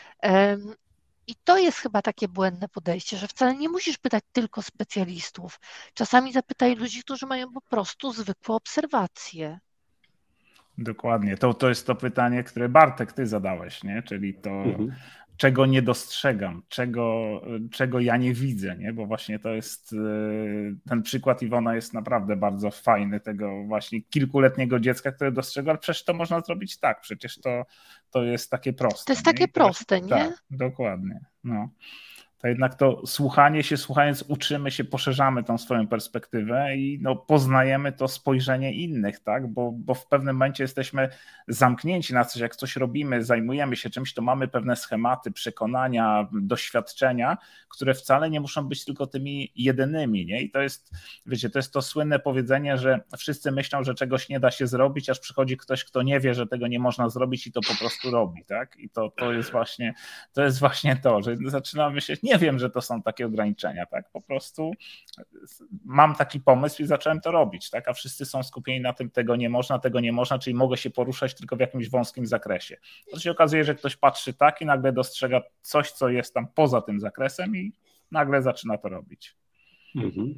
Em, I to jest chyba takie błędne podejście, że wcale nie musisz pytać tylko specjalistów. Czasami zapytaj ludzi, którzy mają po prostu zwykłe obserwacje. Dokładnie. To, to jest to pytanie, które Bartek, ty zadałeś, nie? Czyli to, Mhm. czego nie dostrzegam, czego, czego ja nie widzę, nie? Bo właśnie to jest, ten przykład Iwona jest naprawdę bardzo fajny, tego właśnie kilkuletniego dziecka, które dostrzega, ale przecież to można zrobić tak, przecież to, to jest takie proste. To jest Nie? takie I to właśnie, proste, nie? tak, dokładnie. No. To jednak to słuchanie się, słuchając, uczymy się, poszerzamy tą swoją perspektywę i no, poznajemy to spojrzenie innych, tak? Bo, bo w pewnym momencie jesteśmy zamknięci na coś, jak coś robimy, zajmujemy się czymś, to mamy pewne schematy, przekonania, doświadczenia, które wcale nie muszą być tylko tymi jedynymi, nie? I to jest, wiecie, to jest to słynne powiedzenie, że wszyscy myślą, że czegoś nie da się zrobić, aż przychodzi ktoś, kto nie wie, że tego nie można zrobić i to po prostu robi, tak? I to, to jest właśnie, to jest właśnie to, że zaczynamy myśleć, nie wiem, że to są takie ograniczenia, tak? Po prostu mam taki pomysł i zacząłem to robić, tak? A wszyscy są skupieni na tym, tego nie można, tego nie można, czyli mogę się poruszać tylko w jakimś wąskim zakresie. To się okazuje, że ktoś patrzy tak i nagle dostrzega coś, co jest tam poza tym zakresem i nagle zaczyna to robić. Mhm.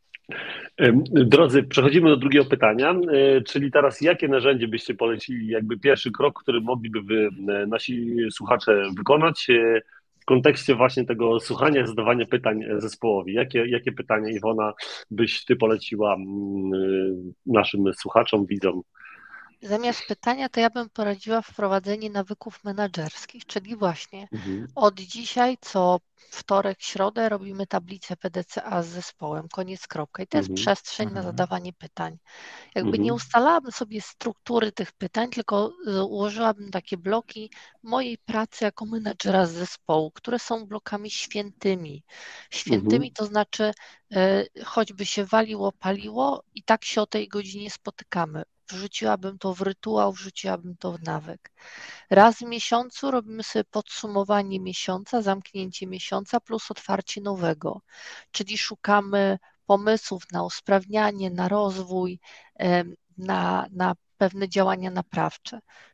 Drodzy, przechodzimy do drugiego pytania, czyli teraz jakie narzędzie byście polecili, jakby pierwszy krok, który mogliby wy, nasi słuchacze wykonać w kontekście właśnie tego słuchania, zadawania pytań zespołowi? Jakie, jakie pytania, Iwona, byś ty poleciła naszym słuchaczom, widzom? Zamiast pytania, to ja bym poradziła wprowadzenie nawyków menedżerskich, czyli właśnie Mhm. od dzisiaj co wtorek, środę robimy tablicę P D C A z zespołem, koniec, kropka. I to jest Mhm. przestrzeń na Mhm. zadawanie pytań. Jakby Mhm. nie ustalałabym sobie struktury tych pytań, tylko ułożyłabym takie bloki mojej pracy jako menedżera z zespołu, które są blokami świętymi. Świętymi Mhm. to znaczy e, choćby się waliło, paliło i tak się o tej godzinie spotykamy. Wrzuciłabym to w rytuał, wrzuciłabym to w nawyk. Raz w miesiącu robimy sobie podsumowanie miesiąca, zamknięcie miesiąca plus otwarcie nowego, czyli szukamy pomysłów na usprawnianie, na rozwój, em, na, na pewne działania naprawcze.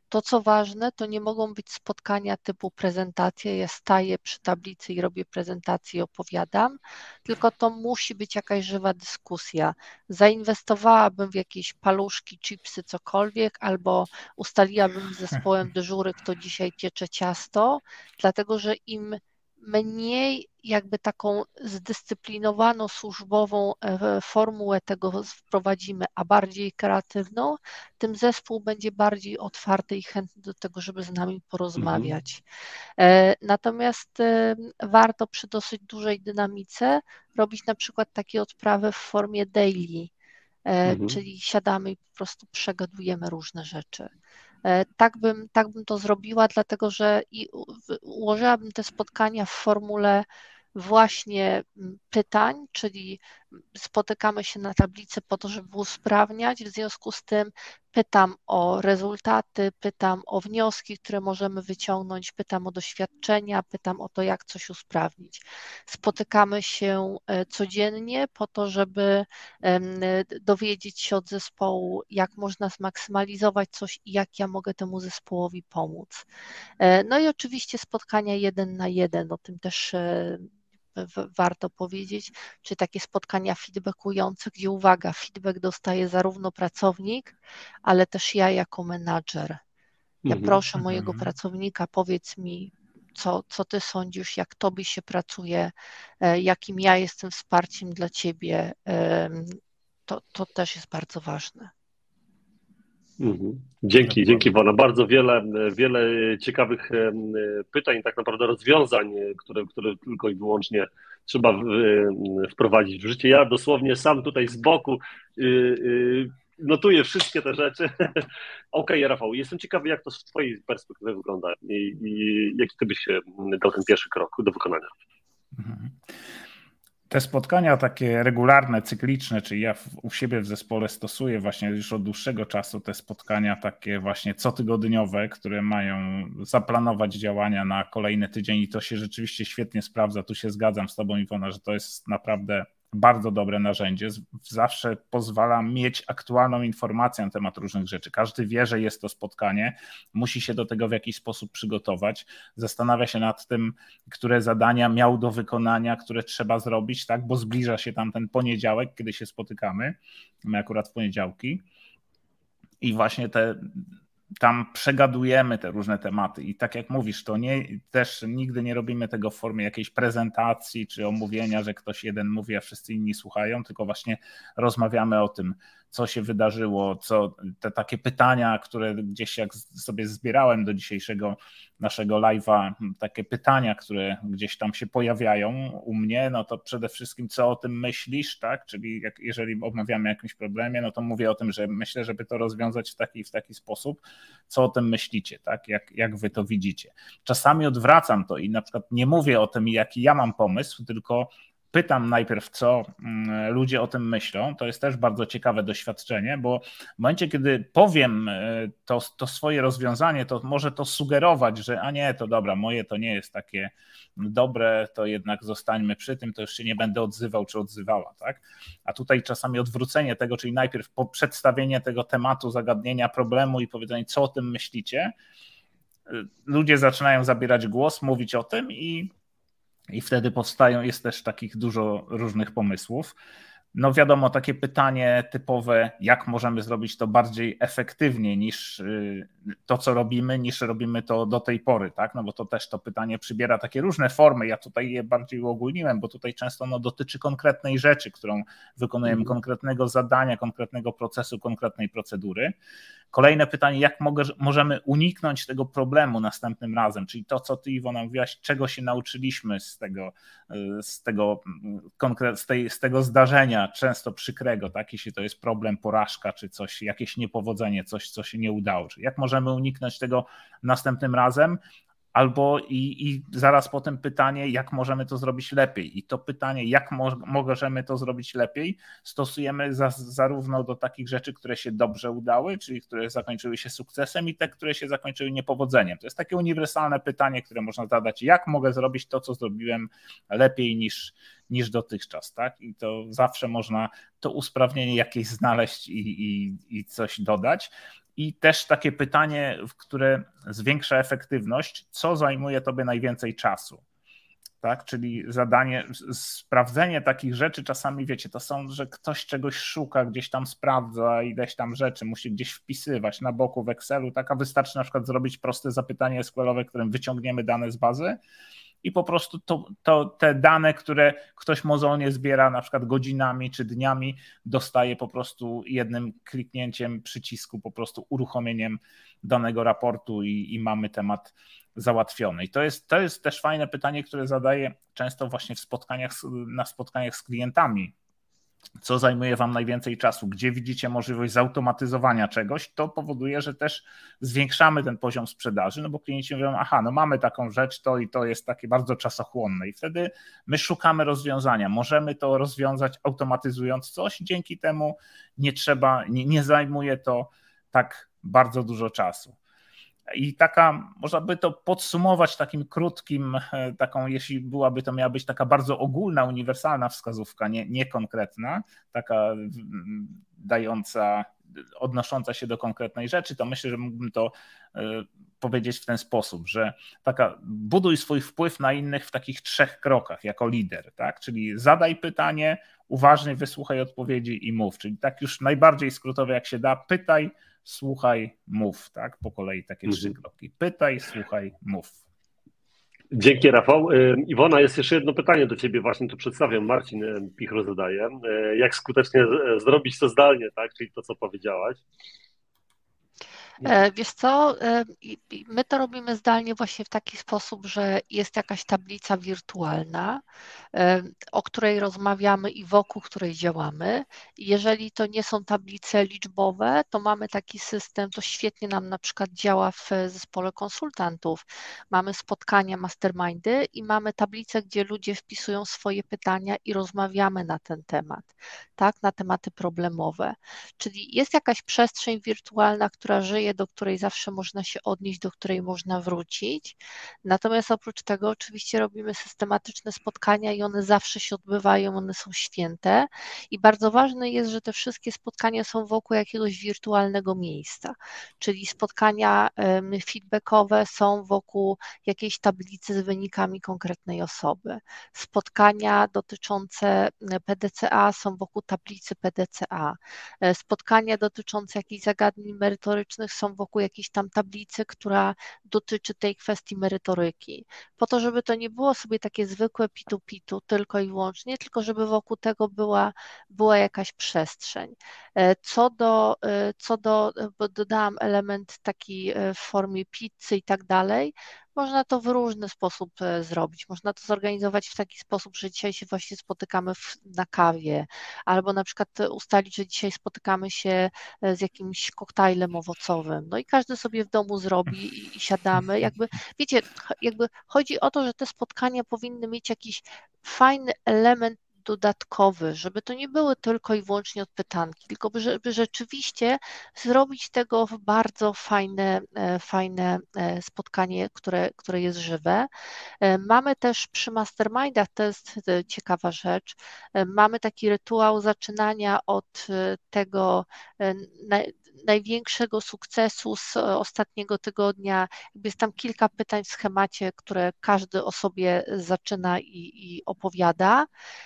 To, co ważne, to nie mogą być spotkania typu prezentacja, ja staję przy tablicy i robię prezentację i opowiadam, tylko to musi być jakaś żywa dyskusja. Zainwestowałabym w jakieś paluszki, chipsy, cokolwiek, albo ustaliłabym z zespołem dyżury, kto dzisiaj piecze ciasto, dlatego że im mniej jakby taką zdyscyplinowaną, służbową formułę tego wprowadzimy, a bardziej kreatywną, tym zespół będzie bardziej otwarty i chętny do tego, żeby z nami porozmawiać. Mhm. Natomiast warto przy dosyć dużej dynamice robić na przykład takie odprawy w formie daily, mhm. czyli siadamy i po prostu przegadujemy różne rzeczy. Tak bym, tak bym to zrobiła, dlatego że i ułożyłabym te spotkania w formule właśnie pytań, czyli spotykamy się na tablicy po to, żeby usprawniać, w związku z tym pytam o rezultaty, pytam o wnioski, które możemy wyciągnąć, pytam o doświadczenia, pytam o to, jak coś usprawnić. Spotykamy się codziennie po to, żeby dowiedzieć się od zespołu, jak można zmaksymalizować coś i jak ja mogę temu zespołowi pomóc. No i oczywiście spotkania jeden na jeden, o tym też warto powiedzieć, czy takie spotkania feedbackujące, gdzie uwaga, feedback dostaje zarówno pracownik, ale też ja jako menadżer. Ja mm-hmm. proszę mojego mm-hmm. pracownika, powiedz mi, co, co ty sądzisz, jak tobie się pracuje, jakim ja jestem wsparciem dla ciebie. To, to też jest bardzo ważne. Mhm. Dzięki, dzięki Iwona. Bardzo wiele, wiele ciekawych pytań, tak naprawdę rozwiązań, które, które tylko i wyłącznie trzeba wprowadzić w życie. Ja dosłownie sam tutaj z boku notuję wszystkie te rzeczy. Okej, okay, Rafał, jestem ciekawy, jak to z twojej perspektywy wygląda i, i jaki ty byś dał ten pierwszy krok do wykonania. Mhm. Te spotkania takie regularne, cykliczne, czyli ja w, u siebie w zespole stosuję właśnie już od dłuższego czasu te spotkania takie właśnie cotygodniowe, które mają zaplanować działania na kolejny tydzień i to się rzeczywiście świetnie sprawdza. Tu się zgadzam z tobą, Iwona, że to jest naprawdę bardzo dobre narzędzie. Zawsze pozwala mieć aktualną informację na temat różnych rzeczy. Każdy wie, że jest to spotkanie, musi się do tego w jakiś sposób przygotować, zastanawia się nad tym, które zadania miał do wykonania, które trzeba zrobić, tak, bo zbliża się tam ten poniedziałek, kiedy się spotykamy, my akurat w poniedziałki i właśnie te tam przegadujemy te różne tematy i tak jak mówisz, to nie, też nigdy nie robimy tego w formie jakiejś prezentacji czy omówienia, że ktoś jeden mówi, a wszyscy inni słuchają, tylko właśnie rozmawiamy o tym, co się wydarzyło, co te takie pytania, które gdzieś jak sobie zbierałem do dzisiejszego naszego live'a, takie pytania, które gdzieś tam się pojawiają u mnie, no to przede wszystkim co o tym myślisz, tak? Czyli jak, jeżeli omawiamy jakimś problemie, no to mówię o tym, że myślę, żeby to rozwiązać w taki, w taki sposób, co o tym myślicie, tak? Jak, jak wy to widzicie. Czasami odwracam to i na przykład nie mówię o tym, jaki ja mam pomysł, tylko pytam najpierw, co ludzie o tym myślą. To jest też bardzo ciekawe doświadczenie, bo w momencie, kiedy powiem to, to swoje rozwiązanie, to może to sugerować, że a nie, to dobra, moje to nie jest takie dobre, to jednak zostańmy przy tym, to już się nie będę odzywał czy odzywała, tak? A tutaj czasami odwrócenie tego, czyli najpierw po przedstawienie tego tematu, zagadnienia, problemu i powiedzenie, co o tym myślicie, ludzie zaczynają zabierać głos, mówić o tym i I wtedy powstają, jest też takich dużo różnych pomysłów. No wiadomo, takie pytanie typowe, jak możemy zrobić to bardziej efektywnie niż to, co robimy, niż robimy to do tej pory, tak? No bo to też to pytanie przybiera takie różne formy. Ja tutaj je bardziej uogólniłem, bo tutaj często no, dotyczy konkretnej rzeczy, którą wykonujemy, mm. konkretnego zadania, konkretnego procesu, konkretnej procedury. Kolejne pytanie, jak mogę, możemy uniknąć tego problemu następnym razem, czyli to, co ty, Iwona, mówiłaś, czego się nauczyliśmy z tego, z tego, z tej, z tego zdarzenia, często przykrego, tak? Jeśli to jest problem, porażka, czy coś, jakieś niepowodzenie, coś, co się nie udało. Czyli jak możemy uniknąć tego następnym razem? Albo i, i zaraz potem pytanie, jak możemy to zrobić lepiej. I to pytanie, jak mo- możemy to zrobić lepiej, stosujemy za, zarówno do takich rzeczy, które się dobrze udały, czyli które zakończyły się sukcesem i te, które się zakończyły niepowodzeniem. To jest takie uniwersalne pytanie, które można zadać, jak mogę zrobić to, co zrobiłem lepiej niż, niż dotychczas, tak? I to zawsze można to usprawnienie jakieś znaleźć i, i, i coś dodać. I też takie pytanie, które zwiększa efektywność, co zajmuje tobie najwięcej czasu? Tak, czyli zadanie, sprawdzenie takich rzeczy, czasami wiecie, to są, że ktoś czegoś szuka, gdzieś tam sprawdza ileś tam rzeczy, musi gdzieś wpisywać na boku w Excelu, tak, a wystarczy na przykład zrobić proste zapytanie S Q L-owe, którym wyciągniemy dane z bazy i po prostu to, to te dane, które ktoś mozolnie zbiera na przykład godzinami czy dniami, dostaje po prostu jednym kliknięciem przycisku, po prostu uruchomieniem danego raportu i, i mamy temat załatwiony. I to jest, to jest też fajne pytanie, które zadaję często właśnie w spotkaniach, na spotkaniach z klientami. Co zajmuje wam najwięcej czasu? Gdzie widzicie możliwość zautomatyzowania czegoś? To powoduje, że też zwiększamy ten poziom sprzedaży, no bo klienci mówią, aha, no mamy taką rzecz, to i to jest takie bardzo czasochłonne i wtedy my szukamy rozwiązania. Możemy to rozwiązać automatyzując coś, dzięki temu nie trzeba, nie, nie zajmuje to tak bardzo dużo czasu. I taka, można by to podsumować takim krótkim, taką, jeśli byłaby to miała być taka bardzo ogólna, uniwersalna wskazówka, nie, nie konkretna, taka dająca, odnosząca się do konkretnej rzeczy, to myślę, że mógłbym to powiedzieć w ten sposób, że taka buduj swój wpływ na innych w takich trzech krokach jako lider, tak? Czyli zadaj pytanie, uważnie wysłuchaj odpowiedzi i mów, czyli tak już najbardziej skrótowo jak się da, pytaj, słuchaj, mów, tak? Po kolei takie mhm. trzy kroki. Pytaj, słuchaj, mów. Dzięki, Rafał. Iwona, jest jeszcze jedno pytanie do ciebie, właśnie tu przedstawiam, Marcin Pichro zadaje. Jak skutecznie zrobić to zdalnie, tak? Czyli to, co powiedziałaś. Wiesz co, my to robimy zdalnie właśnie w taki sposób, że jest jakaś tablica wirtualna, o której rozmawiamy i wokół której działamy. Jeżeli to nie są tablice liczbowe, to mamy taki system, to świetnie nam na przykład działa w zespole konsultantów. Mamy spotkania, mastermindy i mamy tablicę, gdzie ludzie wpisują swoje pytania i rozmawiamy na ten temat, tak, na tematy problemowe. Czyli jest jakaś przestrzeń wirtualna, która żyje, do której zawsze można się odnieść, do której można wrócić. Natomiast oprócz tego oczywiście robimy systematyczne spotkania i one zawsze się odbywają, one są święte i bardzo ważne jest, że te wszystkie spotkania są wokół jakiegoś wirtualnego miejsca, czyli spotkania feedbackowe są wokół jakiejś tablicy z wynikami konkretnej osoby. Spotkania dotyczące P D C A są wokół tablicy P D C A. Spotkania dotyczące jakichś zagadnień merytorycznych są wokół jakiejś tam tablicy, która dotyczy tej kwestii merytoryki. Po to, żeby to nie było sobie takie zwykłe pitu-pitu tylko i wyłącznie, tylko żeby wokół tego była, była jakaś przestrzeń. Co do, co do, bo dodałam element taki w formie pizzy i tak dalej, można to w różny sposób zrobić. Można to zorganizować w taki sposób, że dzisiaj się właśnie spotykamy w, na kawie, albo na przykład ustalić, że dzisiaj spotykamy się z jakimś koktajlem owocowym. No i każdy sobie w domu zrobi i, i siadamy. Jakby, wiecie, jakby chodzi o to, że te spotkania powinny mieć jakiś fajny element dodatkowy, żeby to nie były tylko i wyłącznie odpytanki, tylko żeby rzeczywiście zrobić tego w bardzo fajne, fajne spotkanie, które, które jest żywe. Mamy też przy mastermindach, to jest ciekawa rzecz, mamy taki rytuał zaczynania od tego największego sukcesu z ostatniego tygodnia. Jakby jest tam kilka pytań w schemacie, które każdy o sobie zaczyna i, i opowiada.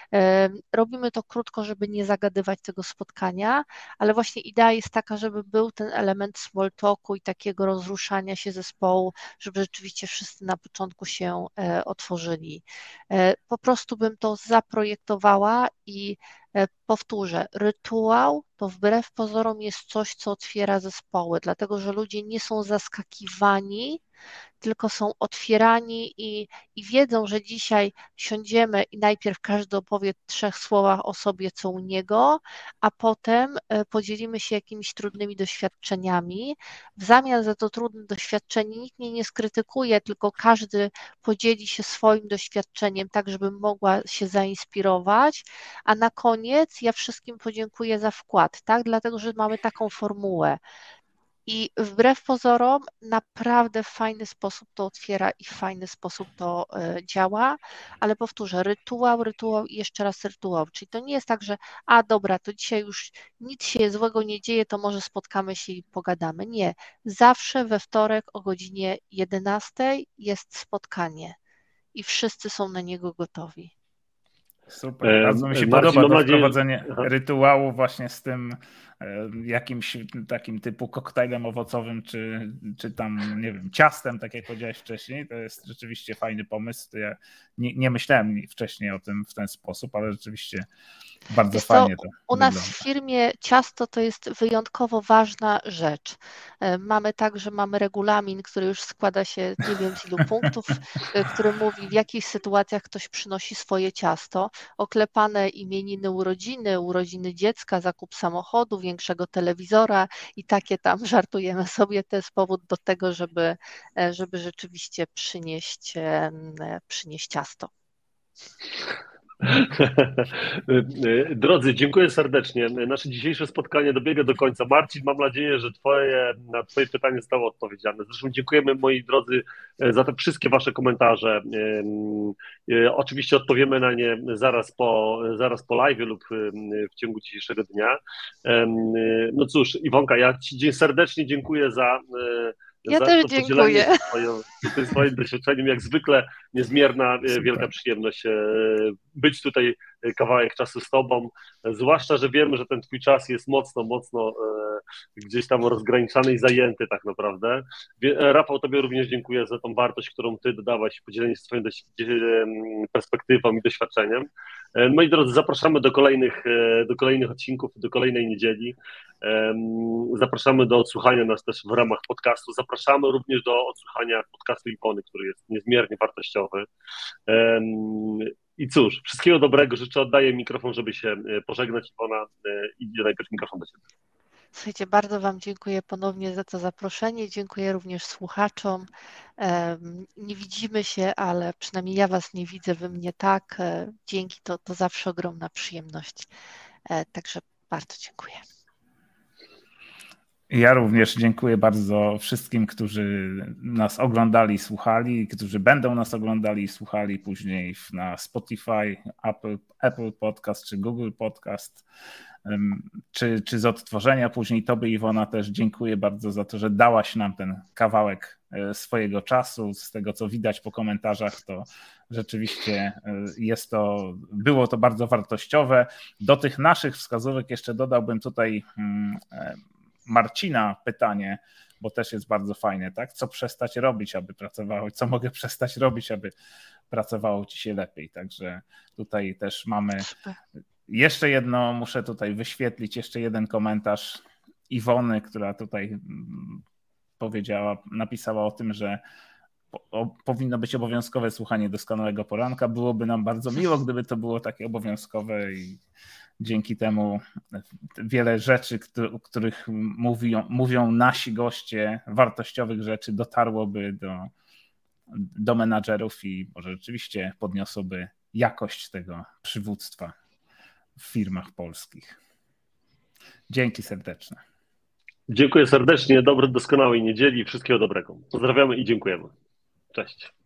Robimy to krótko, żeby nie zagadywać tego spotkania, ale właśnie idea jest taka, żeby był ten element small talku i takiego rozruszania się zespołu, żeby rzeczywiście wszyscy na początku się otworzyli. Po prostu bym to zaprojektowała i powtórzę, rytuał to wbrew pozorom jest coś, co otwiera zespoły, dlatego że ludzie nie są zaskakiwani, tylko są otwierani i, i wiedzą, że dzisiaj siądziemy i najpierw każdy opowie w trzech słowach o sobie, co u niego, a potem podzielimy się jakimiś trudnymi doświadczeniami. W zamian za to trudne doświadczenie nikt mnie nie skrytykuje, tylko każdy podzieli się swoim doświadczeniem, tak żebym mogła się zainspirować, a na koniec ja wszystkim podziękuję za wkład, tak? Dlatego, że mamy taką formułę. I wbrew pozorom naprawdę w fajny sposób to otwiera i w fajny sposób to działa, ale powtórzę, rytuał, rytuał i jeszcze raz rytuał, czyli to nie jest tak, że a dobra, to dzisiaj już nic się złego nie dzieje, to może spotkamy się i pogadamy. Nie, zawsze we wtorek o godzinie jedenastej jest spotkanie i wszyscy są na niego gotowi. Super, bardzo mi się Marcin, podoba to nadzieję, wprowadzenie że... rytuału właśnie z tym jakimś takim typu koktajlem owocowym, czy, czy tam, nie wiem, ciastem, tak jak powiedziałeś wcześniej. To jest rzeczywiście fajny pomysł. To ja nie, nie myślałem wcześniej o tym w ten sposób, ale rzeczywiście bardzo Wiesz fajnie co, to u wygląda. nas w firmie ciasto to jest wyjątkowo ważna rzecz. Mamy tak, że mamy regulamin, który już składa się nie wiem z ilu punktów, który mówi, w jakich sytuacjach ktoś przynosi swoje ciasto. Oklepane imieniny, urodziny, urodziny dziecka, zakup samochodu, większego telewizora i takie tam żartujemy sobie. To jest powód do tego, żeby, żeby rzeczywiście przynieść, przynieść ciasto. Drodzy, dziękuję serdecznie. Nasze dzisiejsze spotkanie dobiega do końca. Marcin, mam nadzieję, że twoje, na Twoje pytanie zostało odpowiedziane. Zresztą dziękujemy, moi drodzy, za te wszystkie Wasze komentarze. Oczywiście odpowiemy na nie zaraz po, zaraz po live lub w ciągu dzisiejszego dnia. No cóż, Iwonka, ja Ci serdecznie dziękuję za Ja za też to dziękuję. podzielenie się swoją, tym swoim doświadczeniem. Jak zwykle niezmierna, Super. Wielka przyjemność być tutaj kawałek czasu z Tobą, zwłaszcza, że wiemy, że ten Twój czas jest mocno, mocno gdzieś tam rozgraniczany i zajęty tak naprawdę. Rafał, Tobie również dziękuję za tą wartość, którą Ty dodałeś, podzielenie się swoją perspektywą i doświadczeniem. Moi drodzy, zapraszamy do kolejnych, do kolejnych odcinków, do kolejnej niedzieli. Zapraszamy do odsłuchania nas też w ramach podcastu. Zapraszamy również do odsłuchania podcastu Iwony, który jest niezmiernie wartościowy. I cóż, wszystkiego dobrego. Życzę, oddaję mikrofon, żeby się pożegnać. Iwona, idzie najpierw mikrofon do Ciebie. Słuchajcie, bardzo Wam dziękuję ponownie za to zaproszenie. Dziękuję również słuchaczom. Nie widzimy się, ale przynajmniej ja Was nie widzę, Wy mnie tak. Dzięki, to, to zawsze ogromna przyjemność. Także bardzo dziękuję. Ja również dziękuję bardzo wszystkim, którzy nas oglądali, słuchali, którzy będą nas oglądali i słuchali później na Spotify, Apple, Apple Podcast czy Google Podcast, czy, czy z odtworzenia później. Tobie, Iwona, też dziękuję bardzo za to, że dałaś nam ten kawałek swojego czasu. Z tego, co widać po komentarzach, to rzeczywiście jest to, było to bardzo wartościowe. Do tych naszych wskazówek jeszcze dodałbym tutaj Marcina pytanie, bo też jest bardzo fajne, tak? Co przestać robić, aby pracowało, co mogę przestać robić, aby pracowało Ci się lepiej. Także tutaj też mamy jeszcze jedno, muszę tutaj wyświetlić jeszcze jeden komentarz Iwony, która tutaj powiedziała, napisała o tym, że po, powinno być obowiązkowe słuchanie Doskonałego Poranka. Byłoby nam bardzo miło, gdyby to było takie obowiązkowe i dzięki temu wiele rzeczy, o których mówią, mówią nasi goście, wartościowych rzeczy, dotarłoby do, do menadżerów i może rzeczywiście podniosłoby jakość tego przywództwa w firmach polskich. Dzięki serdeczne. Dziękuję serdecznie. Dobrej, doskonałej niedzieli. Wszystkiego dobrego. Pozdrawiamy i dziękujemy. Cześć.